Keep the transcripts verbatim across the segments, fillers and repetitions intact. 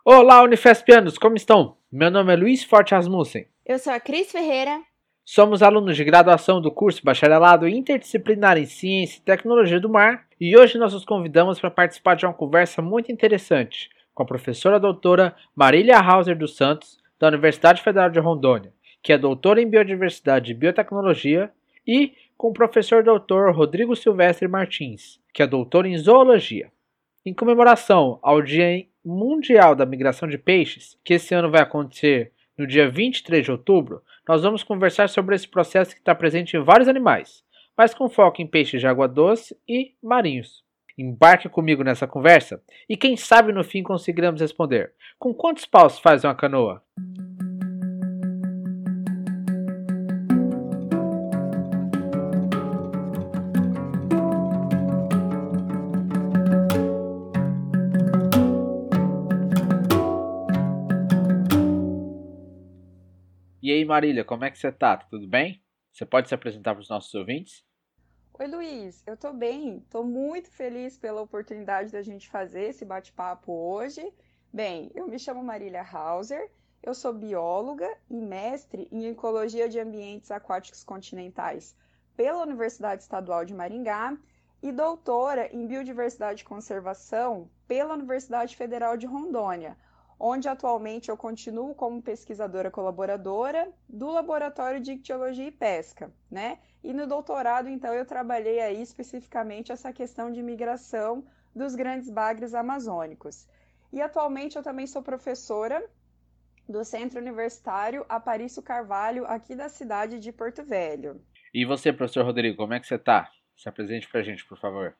Olá, Unifespianos, como estão? Meu nome é Luiz Forte Rasmussen. Eu sou a Cris Ferreira. Somos alunos de graduação do curso Bacharelado Interdisciplinar em Ciência e Tecnologia do Mar e hoje nós os convidamos para participar de uma conversa muito interessante com a professora doutora Marília Hauser dos Santos, da Universidade Federal de Rondônia, que é doutora em Biodiversidade e Biotecnologia, e com o professor doutor Rodrigo Silvestre Martins, que é doutor em Zoologia. Em comemoração ao Dia Mundial da Migração de Peixes, que esse ano vai acontecer no dia vinte e três de outubro, nós vamos conversar sobre esse processo que está presente em vários animais, mas com foco em peixes de água doce e marinhos. Embarque comigo nessa conversa e quem sabe no fim conseguiremos responder: com quantos paus faz uma canoa? E aí, Marília, como é que você tá? Tudo bem? Você pode se apresentar para os nossos ouvintes? Oi, Luiz, eu tô bem, tô muito feliz pela oportunidade da gente fazer esse bate-papo hoje. Bem, eu me chamo Marília Hauser, eu sou bióloga e mestre em Ecologia de Ambientes Aquáticos Continentais pela Universidade Estadual de Maringá e doutora em Biodiversidade e Conservação pela Universidade Federal de Rondônia, onde atualmente eu continuo como pesquisadora colaboradora do Laboratório de Ictiologia e Pesca, né? E no doutorado, então, eu trabalhei aí especificamente essa questão de migração dos grandes bagres amazônicos. E atualmente eu também sou professora do Centro Universitário Aparício Carvalho, aqui da cidade de Porto Velho. E você, professor Rodrigo, como é que você tá? Se apresente para a gente, por favor.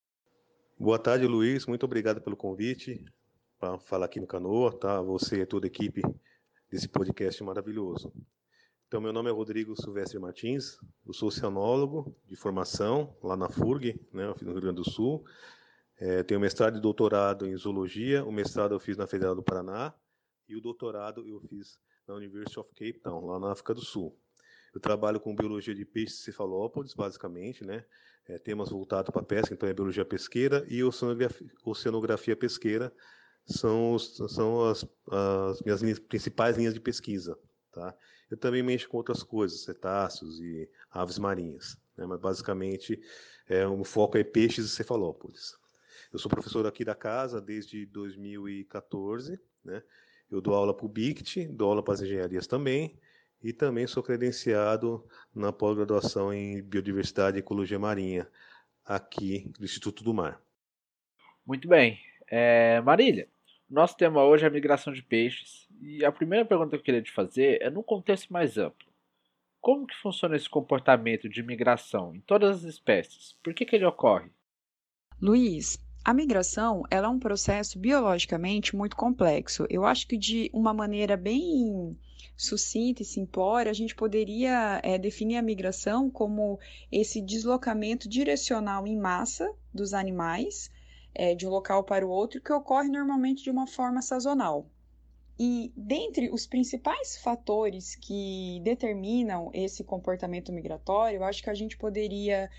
Boa tarde, Luiz. Muito obrigado pelo convite para falar aqui no Canoa, tá? Você e toda a equipe desse podcast maravilhoso. Então, meu nome é Rodrigo Silvestre Martins, eu sou oceanólogo de formação lá na F U R G, né, no Rio Grande do Sul. É, tenho mestrado e doutorado em zoologia, o mestrado eu fiz na Federal do Paraná e o doutorado eu fiz na University of Cape Town, lá na África do Sul. Eu trabalho com biologia de peixes e cefalópodes, basicamente, né? É, temas voltados para a pesca, então é biologia pesqueira e oceanografia, oceanografia pesqueira são, os, são as, as minhas linhas, principais linhas de pesquisa. Tá? Eu também mexo com outras coisas, cetáceos e aves marinhas, né? Mas basicamente é, o foco é peixes e cefalópodes. Eu sou professor aqui da casa desde dois mil e quatorze, né? Eu dou aula para o B I C T, dou aula para as engenharias também, e também sou credenciado na pós-graduação em Biodiversidade e Ecologia Marinha, aqui do Instituto do Mar. Muito bem. É, Marília, nosso tema hoje é a migração de peixes. E a primeira pergunta que eu queria te fazer é num contexto mais amplo. Como que funciona esse comportamento de migração em todas as espécies? Por que que ele ocorre? Luiz, a migração ela é um processo biologicamente muito complexo. Eu acho que de uma maneira bem sucinta e simplória, a gente poderia é, definir a migração como esse deslocamento direcional em massa dos animais, é, de um local para o outro, que ocorre normalmente de uma forma sazonal. E dentre os principais fatores que determinam esse comportamento migratório, eu acho que a gente poderia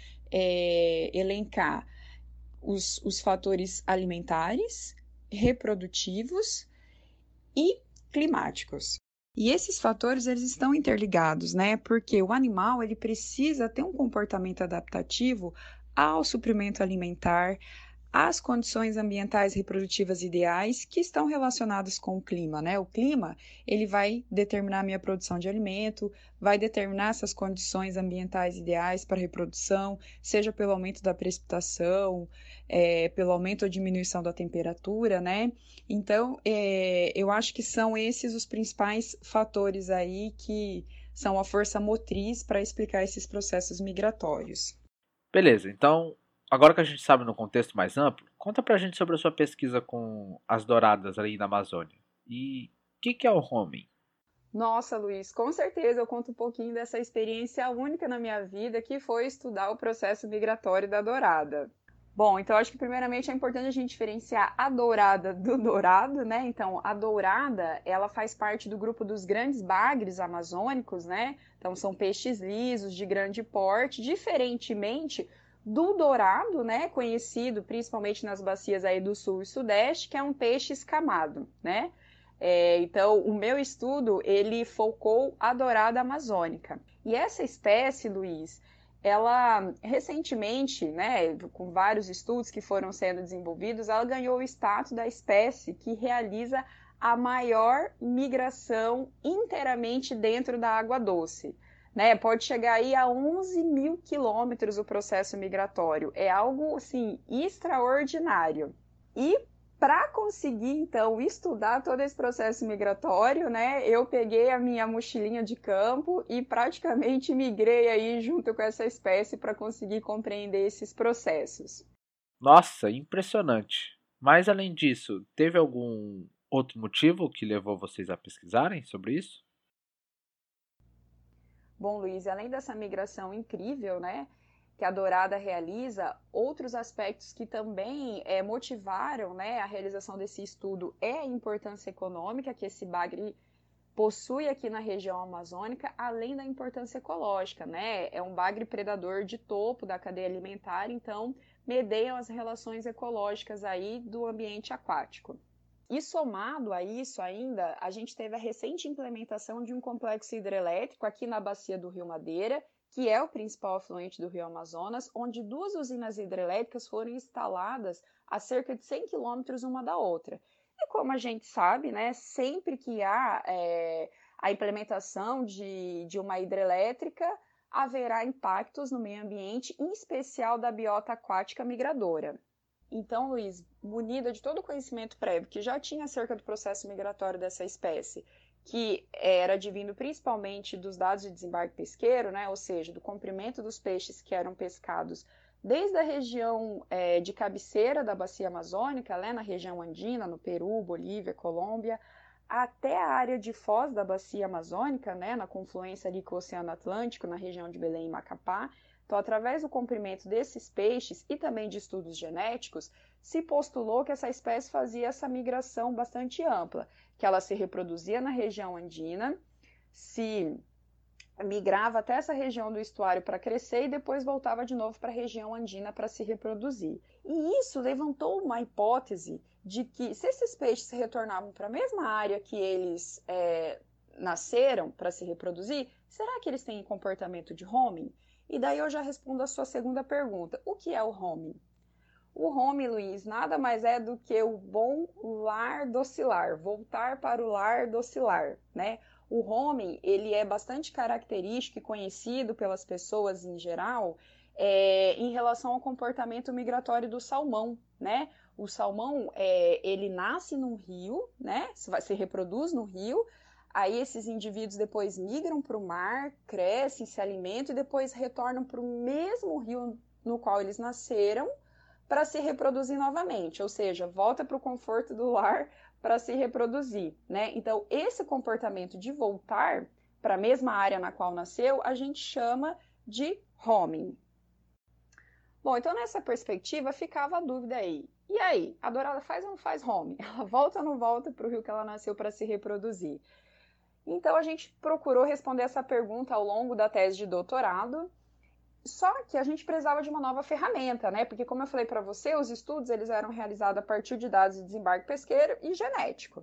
é, elencar os, os fatores alimentares, reprodutivos e climáticos. E esses fatores eles estão interligados, né? Porque o animal ele precisa ter um comportamento adaptativo ao suprimento alimentar, às condições ambientais reprodutivas ideais que estão relacionadas com o clima, né? O clima, ele vai determinar a minha produção de alimento, vai determinar essas condições ambientais ideais para reprodução, seja pelo aumento da precipitação, é, pelo aumento ou diminuição da temperatura, né? Então, é, eu acho que são esses os principais fatores aí que são a força motriz para explicar esses processos migratórios. Beleza, então, agora que a gente sabe no contexto mais amplo, conta pra gente sobre a sua pesquisa com as douradas ali na Amazônia. E o que, que é o homing? Nossa, Luiz, com certeza eu conto um pouquinho dessa experiência única na minha vida, que foi estudar o processo migratório da dourada. Bom, então acho que primeiramente é importante a gente diferenciar a dourada do dourado, né? Então, a dourada, ela faz parte do grupo dos grandes bagres amazônicos, né? Então, são peixes lisos, de grande porte, diferentemente do dourado, né, conhecido principalmente nas bacias aí do sul e sudeste, que é um peixe escamado, né? É, então, o meu estudo, ele focou a dourada amazônica. E essa espécie, Luiz, ela recentemente, né, com vários estudos que foram sendo desenvolvidos, ela ganhou o status da espécie que realiza a maior migração inteiramente dentro da água doce. Né, pode chegar aí a onze mil quilômetros o processo migratório. É algo, assim, extraordinário. E para conseguir, então, estudar todo esse processo migratório, né, eu peguei a minha mochilinha de campo e praticamente migrei aí junto com essa espécie para conseguir compreender esses processos. Nossa, impressionante. Mas, além disso, teve algum outro motivo que levou vocês a pesquisarem sobre isso? Bom, Luiz, além dessa migração incrível, né, que a dourada realiza, outros aspectos que também é, motivaram, né, a realização desse estudo é a importância econômica que esse bagre possui aqui na região amazônica, além da importância ecológica, né? É um bagre predador de topo da cadeia alimentar, então medeiam as relações ecológicas aí do ambiente aquático. E somado a isso ainda, a gente teve a recente implementação de um complexo hidrelétrico aqui na bacia do Rio Madeira, que é o principal afluente do Rio Amazonas, onde duas usinas hidrelétricas foram instaladas a cerca de cem quilômetros uma da outra. E como a gente sabe, né, sempre que há é, a implementação de, de uma hidrelétrica, haverá impactos no meio ambiente, em especial da biota aquática migradora. Então, Luiz, munida de todo o conhecimento prévio que já tinha acerca do processo migratório dessa espécie, que era advindo principalmente dos dados de desembarque pesqueiro, né, ou seja, do comprimento dos peixes que eram pescados desde a região é, de cabeceira da bacia amazônica, né, na região andina, no Peru, Bolívia, Colômbia, até a área de foz da bacia amazônica, né, na confluência ali com o Oceano Atlântico, na região de Belém e Macapá. Então, através do comprimento desses peixes e também de estudos genéticos, se postulou que essa espécie fazia essa migração bastante ampla, que ela se reproduzia na região andina, se migrava até essa região do estuário para crescer e depois voltava de novo para a região andina para se reproduzir. E isso levantou uma hipótese de que, se esses peixes retornavam para a mesma área que eles é, nasceram para se reproduzir, será que eles têm comportamento de homing? E daí eu já respondo a sua segunda pergunta. O que é o homing? O homing, Luiz, nada mais é do que o bom lar docilar, voltar para o lar docilar, né? O homing, ele é bastante característico e conhecido pelas pessoas em geral é, em relação ao comportamento migratório do salmão, né? O salmão, é, ele nasce num rio, né? Se reproduz no rio, aí esses indivíduos depois migram para o mar, crescem, se alimentam e depois retornam para o mesmo rio no qual eles nasceram para se reproduzir novamente, ou seja, volta para o conforto do lar para se reproduzir, né? Então, esse comportamento de voltar para a mesma área na qual nasceu, a gente chama de homing. Bom, então nessa perspectiva ficava a dúvida aí. E aí, a dourada faz ou não faz homing? Ela volta ou não volta para o rio que ela nasceu para se reproduzir? Então a gente procurou responder essa pergunta ao longo da tese de doutorado, só que a gente precisava de uma nova ferramenta, né? Porque, como eu falei para você, os estudos eles eram realizados a partir de dados de desembarque pesqueiro e genético.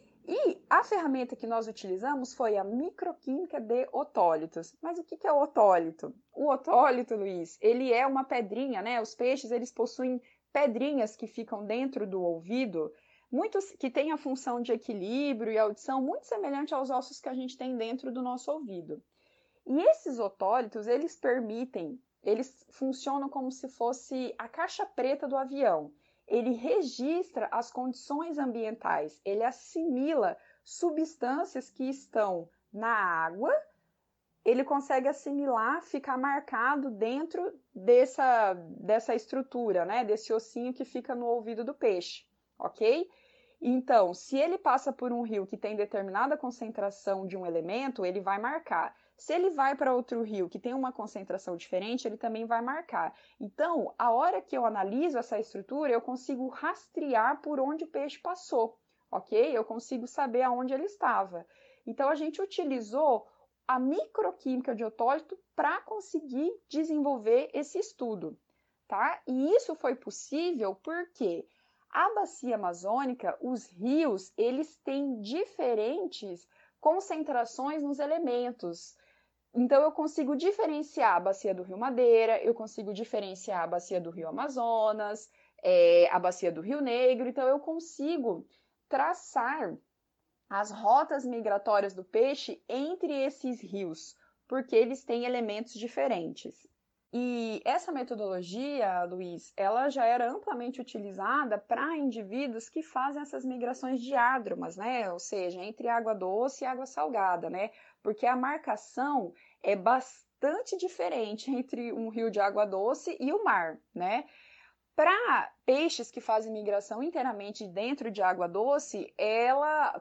E a ferramenta que nós utilizamos foi a microquímica de otólitos. Mas o que é o otólito? O otólito, Luiz, ele é uma pedrinha, né? Os peixes eles possuem pedrinhas que ficam dentro do ouvido, muitos que têm a função de equilíbrio e audição muito semelhante aos ossos que a gente tem dentro do nosso ouvido. E esses otólitos, eles permitem, eles funcionam como se fosse a caixa preta do avião. Ele registra as condições ambientais, ele assimila substâncias que estão na água, ele consegue assimilar, ficar marcado dentro dessa, dessa estrutura, né, desse ossinho que fica no ouvido do peixe, ok? Então, se ele passa por um rio que tem determinada concentração de um elemento, ele vai marcar. Se ele vai para outro rio que tem uma concentração diferente, ele também vai marcar. Então, a hora que eu analiso essa estrutura, eu consigo rastrear por onde o peixe passou, ok? Eu consigo saber aonde ele estava. Então, a gente utilizou a microquímica de otólito para conseguir desenvolver esse estudo. tá? E isso foi possível porque a bacia amazônica, os rios, eles têm diferentes concentrações nos elementos. Então, eu consigo diferenciar a bacia do Rio Madeira, eu consigo diferenciar a bacia do Rio Amazonas, é, a bacia do Rio Negro. Então, eu consigo traçar as rotas migratórias do peixe entre esses rios, porque eles têm elementos diferentes. E essa metodologia, Luiz, ela já era amplamente utilizada para indivíduos que fazem essas migrações diádromas, né? Ou seja, entre água doce e água salgada, né? Porque a marcação é bastante diferente entre um rio de água doce e o mar, né? Para peixes que fazem migração inteiramente dentro de água doce, ela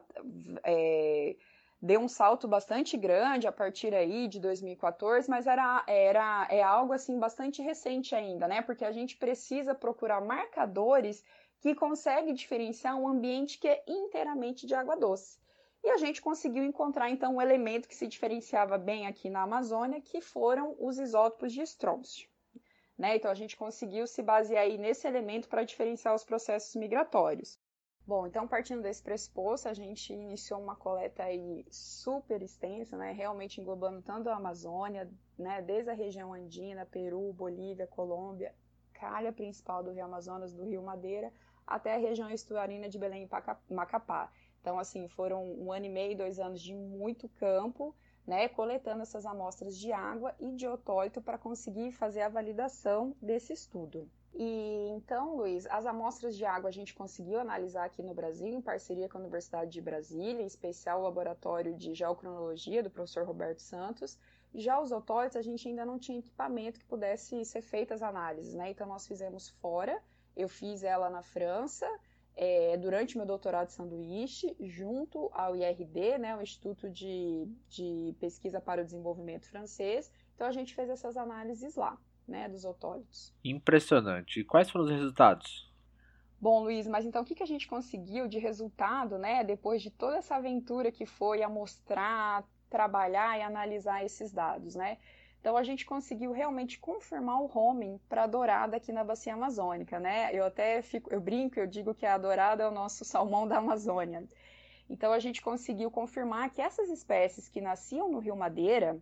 é, deu um salto bastante grande a partir aí de dois mil e quatorze, mas era, era, é algo assim bastante recente ainda, né? Porque a gente precisa procurar marcadores que conseguem diferenciar um ambiente que é inteiramente de água doce. E a gente conseguiu encontrar, então, um elemento que se diferenciava bem aqui na Amazônia, que foram os isótopos de estrôncio. Né? Então, a gente conseguiu se basear aí nesse elemento para diferenciar os processos migratórios. Bom, então, partindo desse pressuposto, a gente iniciou uma coleta aí super extensa, né? Realmente englobando tanto a Amazônia, né? Desde a região andina, Peru, Bolívia, Colômbia, calha principal do Rio Amazonas, do Rio Madeira, até a região estuarina de Belém e Macapá. Então, assim, foram um ano e meio, dois anos de muito campo, né, coletando essas amostras de água e de otólito para conseguir fazer a validação desse estudo. E então, Luiz, as amostras de água a gente conseguiu analisar aqui no Brasil, em parceria com a Universidade de Brasília, em especial o laboratório de geocronologia do professor Roberto Santos. Já os otólitos, a gente ainda não tinha equipamento que pudesse ser feitas as análises, né? Então, nós fizemos fora, eu fiz ela na França, É, durante meu doutorado de sanduíche, junto ao I R D, né, o Instituto de, de Pesquisa para o Desenvolvimento francês. Então, a gente fez essas análises lá, né, dos otólitos. Impressionante. E quais foram os resultados? Bom, Luiz, mas então o que, que a gente conseguiu de resultado, né, depois de toda essa aventura que foi amostrar, trabalhar e analisar esses dados, né? Então, a gente conseguiu realmente confirmar o homing para a dourada aqui na bacia amazônica, né? Eu até fico, eu brinco, eu digo que a dourada é o nosso salmão da Amazônia. Então, a gente conseguiu confirmar que essas espécies que nasciam no Rio Madeira,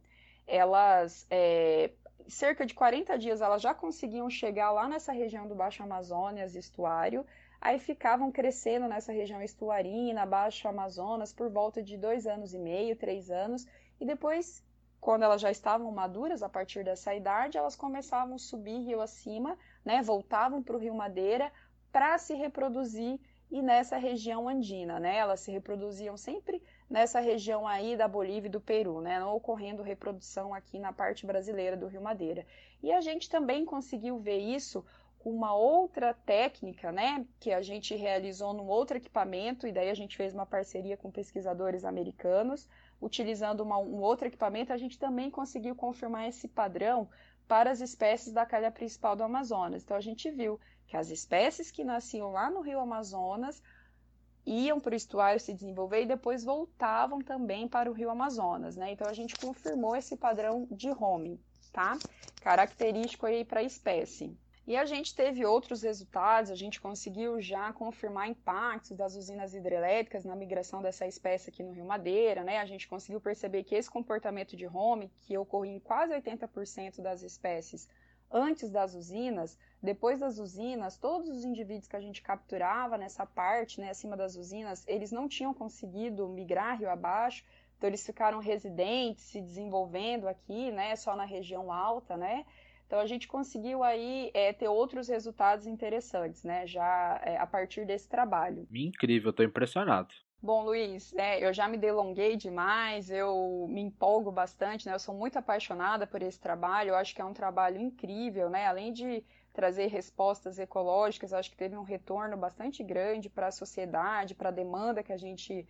elas, é, cerca de quarenta dias, elas já conseguiam chegar lá nessa região do Baixo Amazonas, estuário, aí ficavam crescendo nessa região estuarina, Baixo Amazonas, por volta de dois anos e meio, três anos, e depois, quando elas já estavam maduras, a partir dessa idade, elas começavam a subir rio acima, né, voltavam para o Rio Madeira para se reproduzir e nessa região andina, né, elas se reproduziam sempre nessa região aí da Bolívia e do Peru, né, não ocorrendo reprodução aqui na parte brasileira do Rio Madeira. E a gente também conseguiu ver isso com uma outra técnica, né, que a gente realizou num outro equipamento, e daí a gente fez uma parceria com pesquisadores americanos. Utilizando uma, um outro equipamento, a gente também conseguiu confirmar esse padrão para as espécies da calha principal do Amazonas. Então, a gente viu que as espécies que nasciam lá no Rio Amazonas iam para o estuário se desenvolver e depois voltavam também para o Rio Amazonas, né? Então, a gente confirmou esse padrão de homing, tá? Característico aí para a espécie. E a gente teve outros resultados, a gente conseguiu já confirmar impactos das usinas hidrelétricas na migração dessa espécie aqui no Rio Madeira, né? A gente conseguiu perceber que esse comportamento de home, que ocorria em quase oitenta por cento das espécies antes das usinas, depois das usinas, todos os indivíduos que a gente capturava nessa parte, né, acima das usinas, eles não tinham conseguido migrar rio abaixo, então eles ficaram residentes, se desenvolvendo aqui, né, só na região alta, né? Então, a gente conseguiu aí é, ter outros resultados interessantes, né, já é, a partir desse trabalho. Incrível, eu tô impressionado. Bom, Luiz, é, eu já me delonguei demais, eu me empolgo bastante, né, eu sou muito apaixonada por esse trabalho, eu acho que é um trabalho incrível, né, além de trazer respostas ecológicas, eu acho que teve um retorno bastante grande para a sociedade, para a demanda que a gente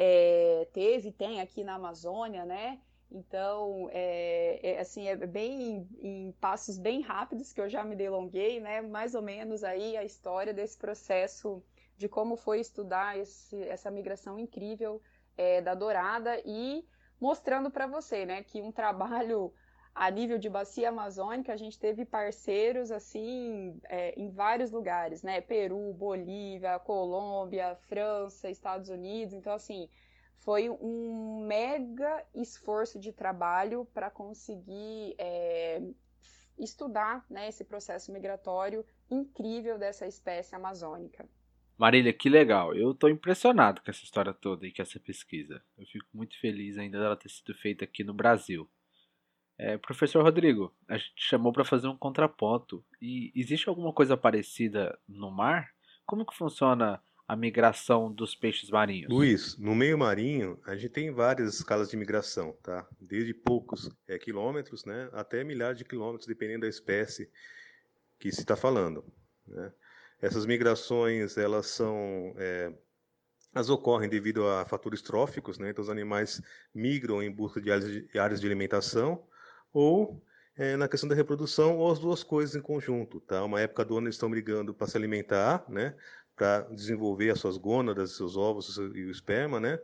é, teve e tem aqui na Amazônia, né. Então, é, é, assim, é bem em passos bem rápidos que eu já me delonguei, né? Mais ou menos aí a história desse processo de como foi estudar esse, essa migração incrível é, da dourada e mostrando para você, né, que um trabalho a nível de bacia amazônica, a gente teve parceiros assim é, em vários lugares, né? Peru, Bolívia, Colômbia, França, Estados Unidos. Então, assim, foi um mega esforço de trabalho para conseguir é, estudar, né, esse processo migratório incrível dessa espécie amazônica. Marília, que legal. Eu estou impressionado com essa história toda e com essa pesquisa. Eu fico muito feliz ainda dela ter sido feita aqui no Brasil. É, professor Rodrigo, a gente chamou para fazer um contraponto. E existe alguma coisa parecida no mar? Como que funciona a migração dos peixes marinhos? Luiz, no meio marinho, a gente tem várias escalas de migração, tá? Desde poucos é, quilômetros, né, até milhares de quilômetros, dependendo da espécie que se está falando, né? Essas migrações, elas são, é, elas ocorrem devido a fatores tróficos, né? Então os animais migram em busca de áreas de, áreas de alimentação ou é, na questão da reprodução, ou as duas coisas em conjunto, tá? Uma época do ano eles estão brigando para se alimentar, né? Para desenvolver as suas gônadas, seus ovos e o esperma, né?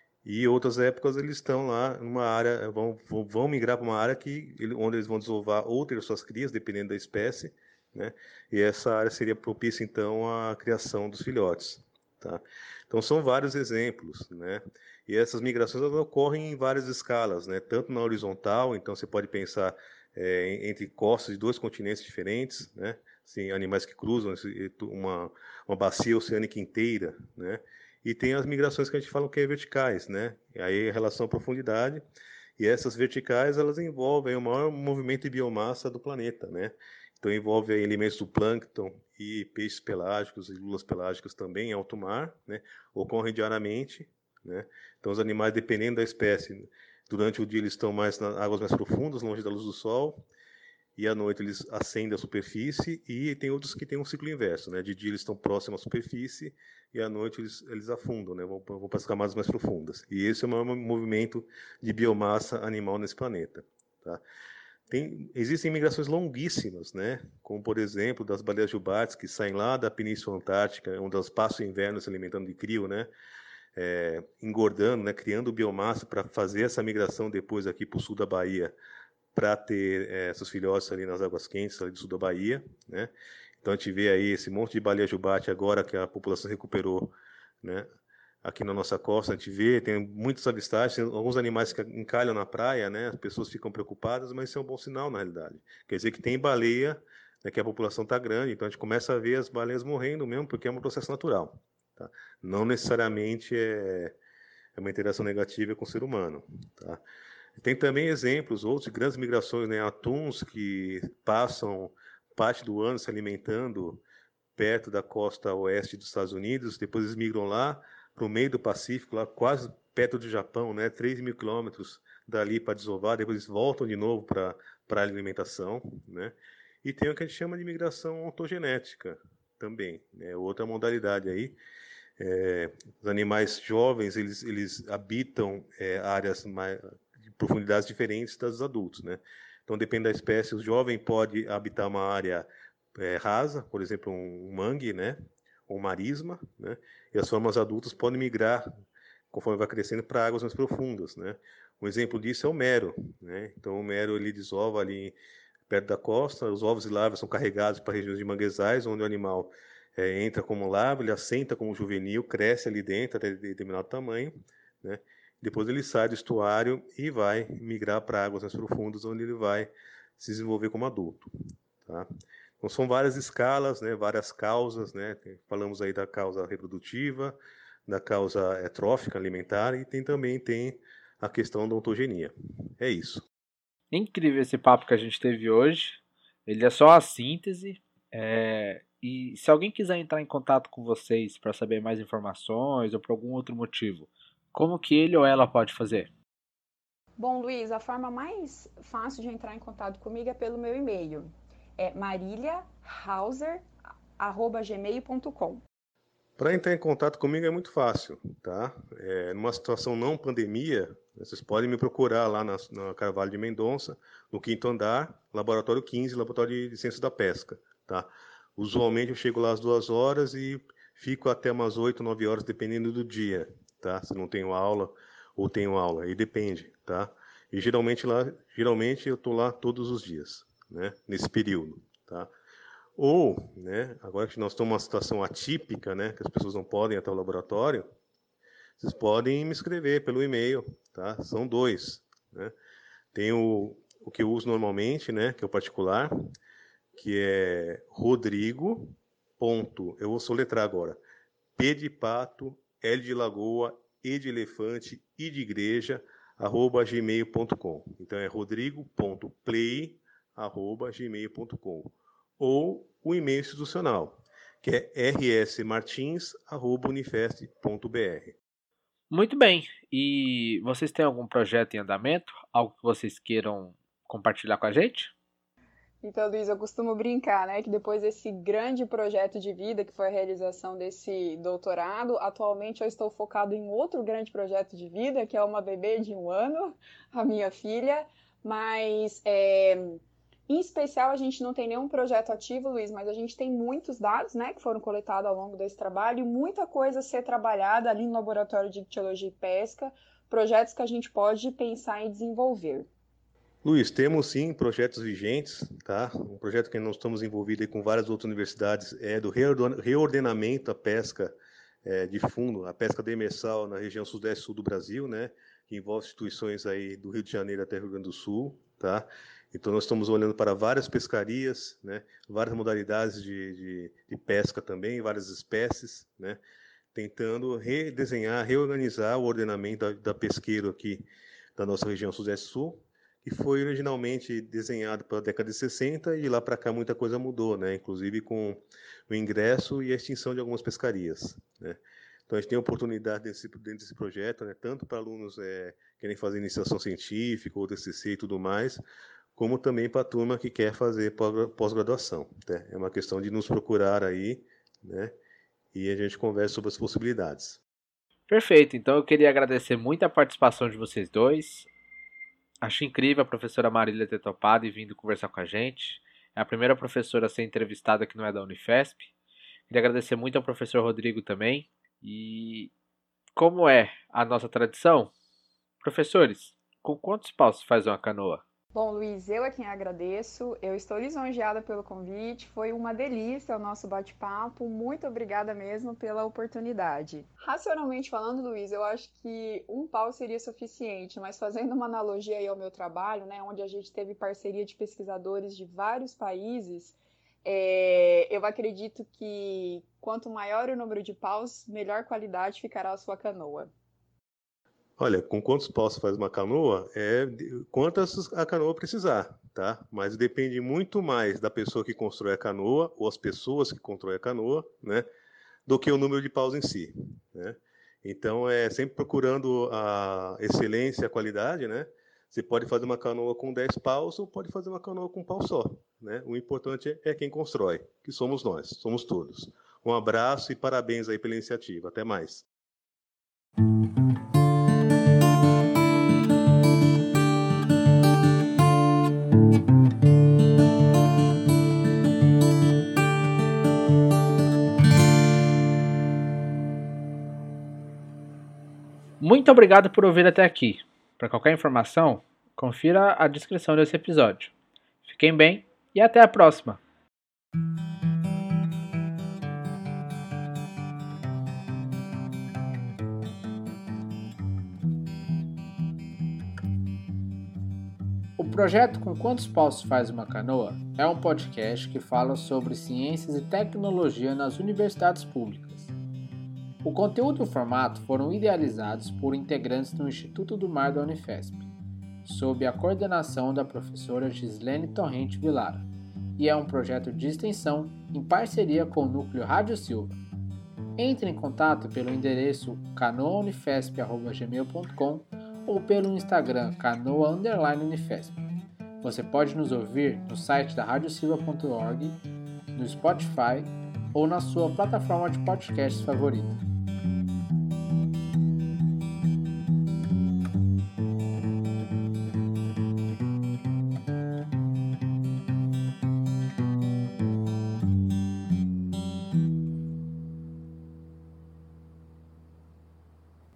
E outras épocas eles estão lá numa área, vão, vão migrar para uma área que, onde eles vão desovar ou ter suas crias, dependendo da espécie, né? E essa área seria propícia, então, à criação dos filhotes, tá? Então, são vários exemplos, né? E essas migrações elas ocorrem em várias escalas, né? Tanto na horizontal, então você pode pensar é, entre costas de dois continentes diferentes, né? Assim, animais que cruzam uma, uma bacia oceânica inteira, né? E tem as migrações que a gente fala que é verticais, né? E aí em relação à profundidade. E essas verticais, elas envolvem o maior movimento de biomassa do planeta, né? Então envolve aí elementos do plâncton e peixes pelágicos e lulas pelágicas também em alto mar, né? Ocorrem diariamente, né? Então os animais, dependendo da espécie, durante o dia eles estão mais nas águas mais profundas, longe da luz do sol, e à noite eles ascendem à superfície, e tem outros que têm um ciclo inverso, né? De dia eles estão próximos à superfície e à noite eles, eles afundam, né? Vão, vão para as camadas mais profundas. E esse é o maior movimento de biomassa animal nesse planeta, tá? Tem, existem migrações longuíssimas, né? Como, por exemplo, das baleias jubates, que saem lá da Península Antártica, onde elas passam o inverno se alimentando de crio, né? É, engordando, né? Criando biomassa para fazer essa migração depois aqui para o sul da Bahia, para ter é, seus filhotes ali nas águas quentes, ali do sul da Bahia, né? Então a gente vê aí esse monte de baleia jubarte agora que a população recuperou, né? Aqui na nossa costa a gente vê, tem muitas avistagens, tem alguns animais que encalham na praia, né? As pessoas ficam preocupadas, mas isso é um bom sinal na realidade. Quer dizer que tem baleia, né, que a população está grande, então a gente começa a ver as baleias morrendo mesmo, porque é um processo natural, tá? Não necessariamente é, é uma interação negativa com o ser humano, tá? Tem também exemplos, outros de grandes migrações, né? Atuns que passam parte do ano se alimentando perto da costa oeste dos Estados Unidos, depois eles migram lá para o meio do Pacífico, lá quase perto do Japão, né? três mil quilômetros dali para desovar, depois eles voltam de novo para a alimentação, né? E tem o que a gente chama de migração ontogenética também, né? Outra modalidade aí. É, os animais jovens, eles, eles habitam é, áreas mais, de profundidades diferentes das dos adultos, né? Então, depende da espécie, o jovem pode habitar uma área é, rasa, por exemplo, um mangue, né? Ou um marisma, né? E as formas adultas podem migrar, conforme vai crescendo, para águas mais profundas, né? Um exemplo disso é o mero, né? Então, o mero ele desova ali perto da costa, os ovos e larvas são carregados para regiões de manguezais, onde o animal é, entra como larva, ele assenta como juvenil, cresce ali dentro até determinado tamanho, né? Depois ele sai do estuário e vai migrar para águas mais profundas, onde ele vai se desenvolver como adulto, tá? Então são várias escalas, né? Várias causas, né? Falamos aí da causa reprodutiva, da causa é, trófica alimentar, e tem também tem a questão da ontogenia. É isso. Incrível esse papo que a gente teve hoje. Ele é só a síntese. É... E se alguém quiser entrar em contato com vocês para saber mais informações ou por algum outro motivo, como que ele ou ela pode fazer? Bom, Luiz, a forma mais fácil de entrar em contato comigo é pelo meu e-mail. É marília hauser arroba gmail ponto com. Para entrar em contato comigo é muito fácil, tá? É, numa situação não pandemia, vocês podem me procurar lá na, na Carvalho de Mendonça, no quinto andar, Laboratório quinze, Laboratório de Ciências da Pesca, tá? Usualmente eu chego lá às duas horas e fico até umas oito, nove horas, dependendo do dia, tá? Se não tenho aula ou tenho aula, aí depende, tá? E geralmente, lá, geralmente eu estou lá todos os dias, né, nesse período. Tá? Ou, né, agora que nós estamos numa situação atípica, né, que as pessoas não podem ir até o laboratório, vocês podem me escrever pelo e-mail. Tá? São dois. Né? Tem o, o que eu uso normalmente, né, que é o particular, que é Rodrigo. Ponto, eu vou soletrar agora. P de pato, L de lagoa, E de elefante, I de igreja, arroba gmail ponto com. Então é rodrigo ponto play arroba gmail ponto com. Ou o e-mail institucional, que é r s martins arroba unifest ponto b r. Muito bem. E vocês têm algum projeto em andamento? Algo que vocês queiram compartilhar com a gente? Então, Luiz, eu costumo brincar, né, que depois desse grande projeto de vida, que foi a realização desse doutorado, atualmente eu estou focado em outro grande projeto de vida, que é uma bebê de um ano, a minha filha, mas, é, em especial, a gente não tem nenhum projeto ativo, Luiz, mas a gente tem muitos dados, né, que foram coletados ao longo desse trabalho e muita coisa a ser trabalhada ali no Laboratório de Ictiologia e Pesca, projetos que a gente pode pensar em desenvolver. Luiz, temos sim projetos vigentes, tá? Um projeto que nós estamos envolvidos com várias outras universidades é do reordenamento da pesca é, de fundo, a pesca demersal na região sudeste e sul do Brasil, né? Que envolve instituições aí do Rio de Janeiro até Rio Grande do Sul, tá? Então nós estamos olhando para várias pescarias, né? Várias modalidades de, de, de pesca também, várias espécies, né? Tentando redesenhar, reorganizar o ordenamento da, da pesqueiro aqui da nossa região sudeste e sul, que foi originalmente desenhado para a década de sessenta e lá para cá muita coisa mudou, né? Inclusive com o ingresso e a extinção de algumas pescarias. Né? Então a gente tem oportunidade desse, dentro desse projeto, né? Tanto para alunos é, que querem fazer iniciação científica ou T C C e tudo mais, como também para a turma que quer fazer pós-graduação. Né? É uma questão de nos procurar aí, né? E a gente conversa sobre as possibilidades. Perfeito, então eu queria agradecer muito a participação de vocês dois. Acho incrível a professora Marília ter topado e vindo conversar com a gente. É a primeira professora a ser entrevistada que não é da Unifesp. Queria agradecer muito ao professor Rodrigo também. E como é a nossa tradição, professores, com quantos paus se faz uma canoa? Bom, Luiz, eu é quem agradeço. Eu estou lisonjeada pelo convite. Foi uma delícia o nosso bate-papo. Muito obrigada mesmo pela oportunidade. Racionalmente falando, Luiz, eu acho que um pau seria suficiente, mas fazendo uma analogia aí ao meu trabalho, né, onde a gente teve parceria de pesquisadores de vários países, é, eu acredito que quanto maior o número de paus, melhor qualidade ficará a sua canoa. Olha, com quantos paus faz uma canoa, é quantas a canoa precisar, tá? Mas depende muito mais da pessoa que constrói a canoa, ou as pessoas que constroem a canoa, né? Do que o número de paus em si, né? Então, é sempre procurando a excelência, a qualidade, né? Você pode fazer uma canoa com dez paus ou pode fazer uma canoa com um pau só, né? O importante é quem constrói, que somos nós, somos todos. Um abraço e parabéns aí pela iniciativa. Até mais. Muito obrigado por ouvir até aqui. Para qualquer informação, confira a descrição desse episódio. Fiquem bem e até a próxima! O projeto Com Quantos Paus se Faz Uma Canoa é um podcast que fala sobre ciências e tecnologia nas universidades públicas. O conteúdo e o formato foram idealizados por integrantes do Instituto do Mar da Unifesp, sob a coordenação da professora Gislene Torrente Vilara, e é um projeto de extensão em parceria com o Núcleo Rádio Silva. Entre em contato pelo endereço canoa unifesp arroba gmail ponto com ou pelo Instagram canoa underline unifesp. Você pode nos ouvir no site da rádio silva ponto org, no Spotify ou na sua plataforma de podcasts favorita.